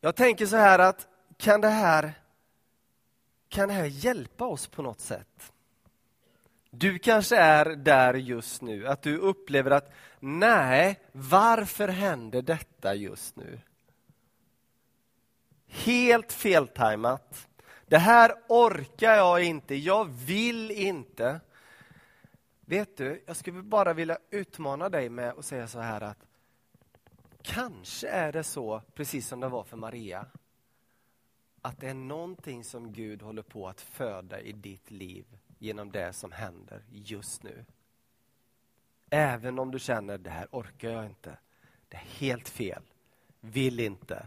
Jag tänker så här att kan det här hjälpa oss på något sätt? Du kanske är där just nu, att du upplever att nej, varför händer detta just nu? Helt feltajmat. Det här orkar jag inte, jag vill inte. Vet du, jag skulle bara vilja utmana dig med att säga så här att kanske är det så, precis som det var för Maria, att det är någonting som Gud håller på att föda i ditt liv genom det som händer just nu. Även om du känner, det här orkar jag inte. Det är helt fel. Vill inte.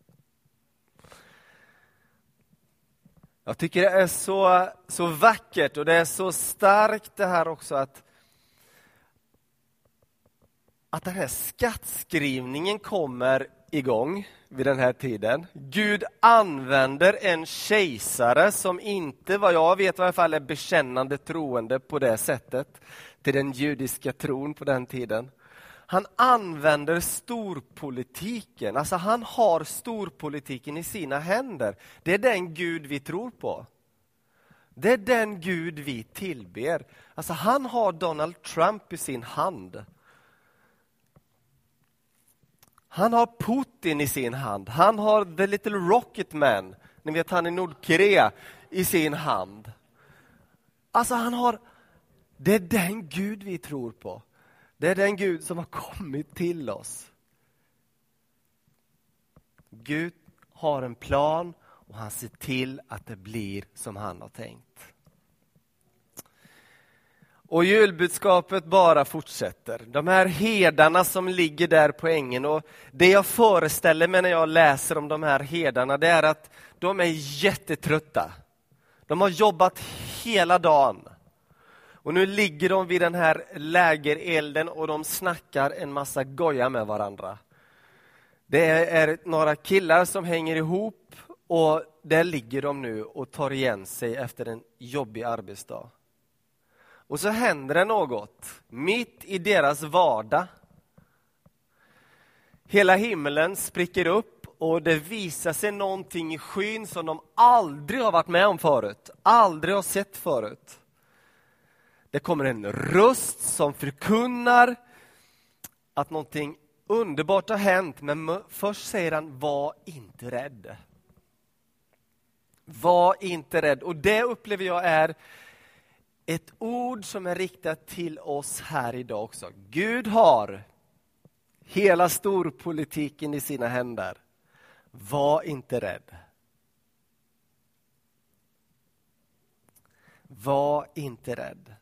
Jag tycker det är så vackert och det är så starkt det här också att den här skattskrivningen kommer igång vid den här tiden. Gud använder en kejsare som inte, vad jag vet i alla fall, är bekännande troende på det sättet till den judiska tron på den tiden. Han använder storpolitiken, alltså han har storpolitiken i sina händer. Det är den Gud vi tror på. Det är den Gud vi tillber. Alltså han har Donald Trump i sin hand. Han har Putin i sin hand. Han har The Little Rocket Man, ni vet han i Nordkorea, i sin hand. Alltså det är den Gud vi tror på. Det är den Gud som har kommit till oss. Gud har en plan och han ser till att det blir som han har tänkt. Och julbudskapet bara fortsätter. De här herdarna som ligger där på ängen, och det jag föreställer mig när jag läser om de här herdarna, det är att de är jättetrötta. De har jobbat hela dagen. Och nu ligger de vid den här lägerelden och de snackar en massa goja med varandra. Det är några killar som hänger ihop och där ligger de nu och tar igen sig efter en jobbig arbetsdag. Och så händer det något mitt i deras vardag. Hela himlen spricker upp och det visar sig någonting i skyn som de aldrig har varit med om förut. Aldrig har sett förut. Det kommer en röst som förkunnar att någonting underbart har hänt. Men först säger han, var inte rädd. Var inte rädd. Och det upplever jag är ett ord som är riktat till oss här idag också. Gud har hela storpolitiken i sina händer. Var inte rädd. Var inte rädd.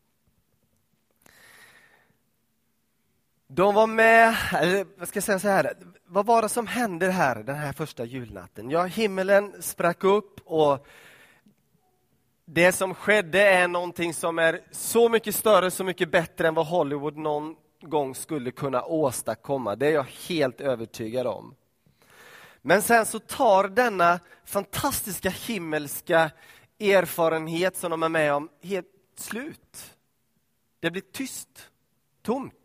De var med, eller vad ska jag säga så här, vad var det som hände här den här första julnatten? Ja, himmelen sprack upp och det som skedde är någonting som är så mycket större, så mycket bättre än vad Hollywood någon gång skulle kunna åstadkomma. Det är jag helt övertygad om. Men sen så tar denna fantastiska himmelska erfarenhet som de är med om helt slut. Det blir tyst, tomt.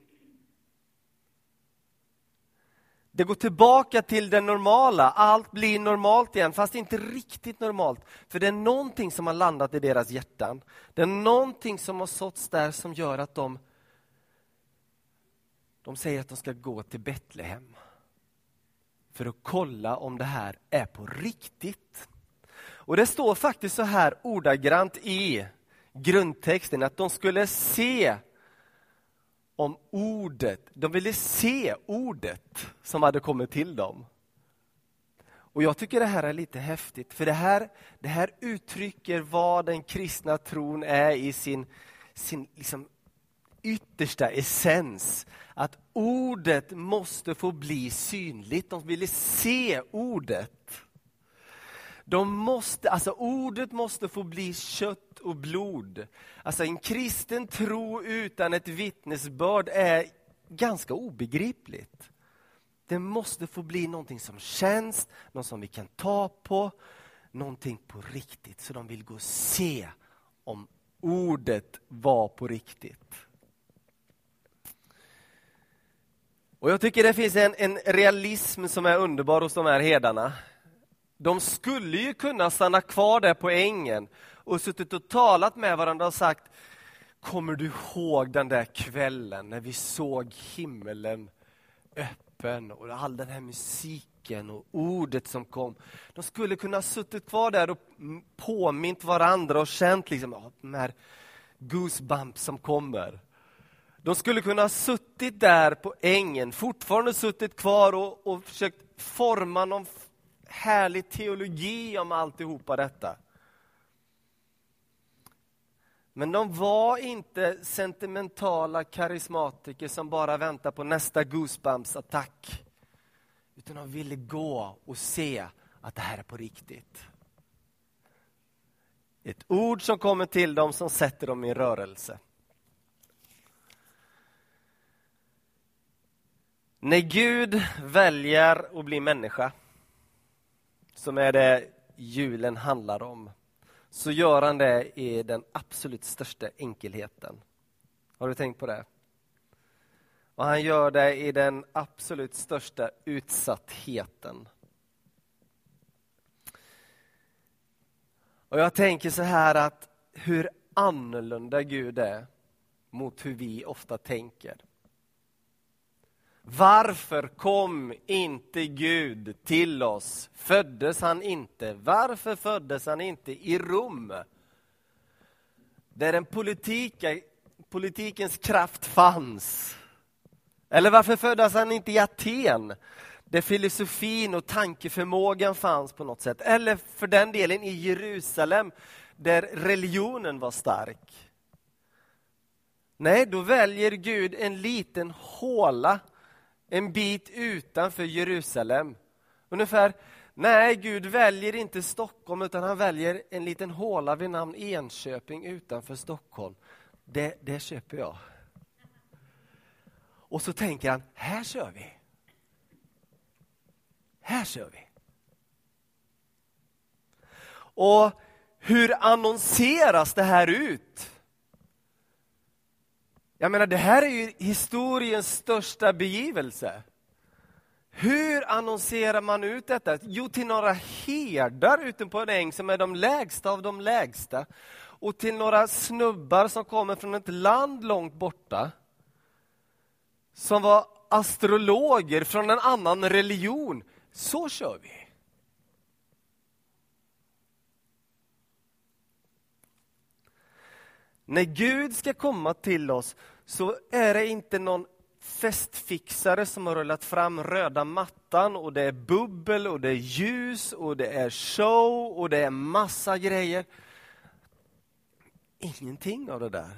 Det går tillbaka till det normala. Allt blir normalt igen, fast inte riktigt normalt. För det är någonting som har landat i deras hjärtan. Det är någonting som har såtts där som gör att de säger att de ska gå till Betlehem. För att kolla om det här är på riktigt. Och det står faktiskt så här ordagrant i grundtexten att de skulle se om ordet. De ville se ordet som hade kommit till dem. Och jag tycker det här är lite häftigt. För det här uttrycker vad den kristna tron är i sin liksom yttersta essens. Att ordet måste få bli synligt. De ville se ordet. Ordet måste få bli kött och blod. Alltså en kristen tro utan ett vittnesbörd är ganska obegripligt. Det måste få bli någonting som känns, något som vi kan ta på, någonting på riktigt. Så de vill gå och se om ordet var på riktigt. Och jag tycker det finns en realism som är underbar hos de här herdarna. De skulle ju kunna stanna kvar där på ängen och suttit och talat med varandra och sagt: kommer du ihåg den där kvällen när vi såg himmelen öppen och all den här musiken och ordet som kom? De skulle kunna suttit kvar där och påmint varandra och känt liksom, de här goosebumps som kommer. De skulle kunna ha suttit där på ängen, fortfarande suttit kvar och försökt forma någon härlig teologi om alltihopa detta. Men de var inte sentimentala karismatiker som bara väntar på nästa goosebumps-attack. Utan de ville gå och se att det här är på riktigt. Ett ord som kommer till dem som sätter dem i rörelse. När Gud väljer att bli människa, som är det julen handlar om, så gör han det i den absolut största enkelheten. Har du tänkt på det? Och han gör det i den absolut största utsattheten. Och jag tänker så här att hur annorlunda Gud är mot hur vi ofta tänker. Varför kom inte Gud till oss? Föddes han inte? Varför föddes han inte i Rom? Där den politikens kraft fanns. Eller varför föddes han inte i Aten? Där filosofin och tankeförmågan fanns på något sätt. Eller för den delen i Jerusalem där religionen var stark. Nej, då väljer Gud en liten håla. En bit utanför Jerusalem. Ungefär, nej, Gud väljer inte Stockholm utan han väljer en liten håla vid namn Enköping utanför Stockholm. Det köper jag. Och så tänker han, här kör vi. Här kör vi. Och hur annonseras det här ut? Jag menar, det här är ju historiens största begivelse. Hur annonserar man ut detta? Jo, till några herdar ute på en äng som är de lägsta av de lägsta. Och till några snubbar som kommer från ett land långt borta. Som var astrologer från en annan religion. Så kör vi. När Gud ska komma till oss så är det inte någon festfixare som har rullat fram röda mattan och det är bubbel och det är ljus och det är show och det är massa grejer. Ingenting av det där.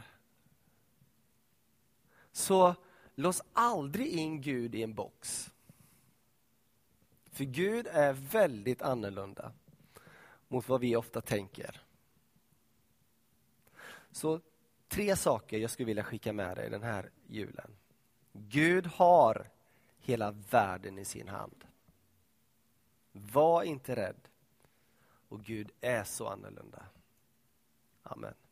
Så lås aldrig in Gud i en box. För Gud är väldigt annorlunda mot vad vi ofta tänker. Så 3 saker jag skulle vilja skicka med dig den här julen. Gud har hela världen i sin hand. Var inte rädd. Och Gud är så annorlunda. Amen.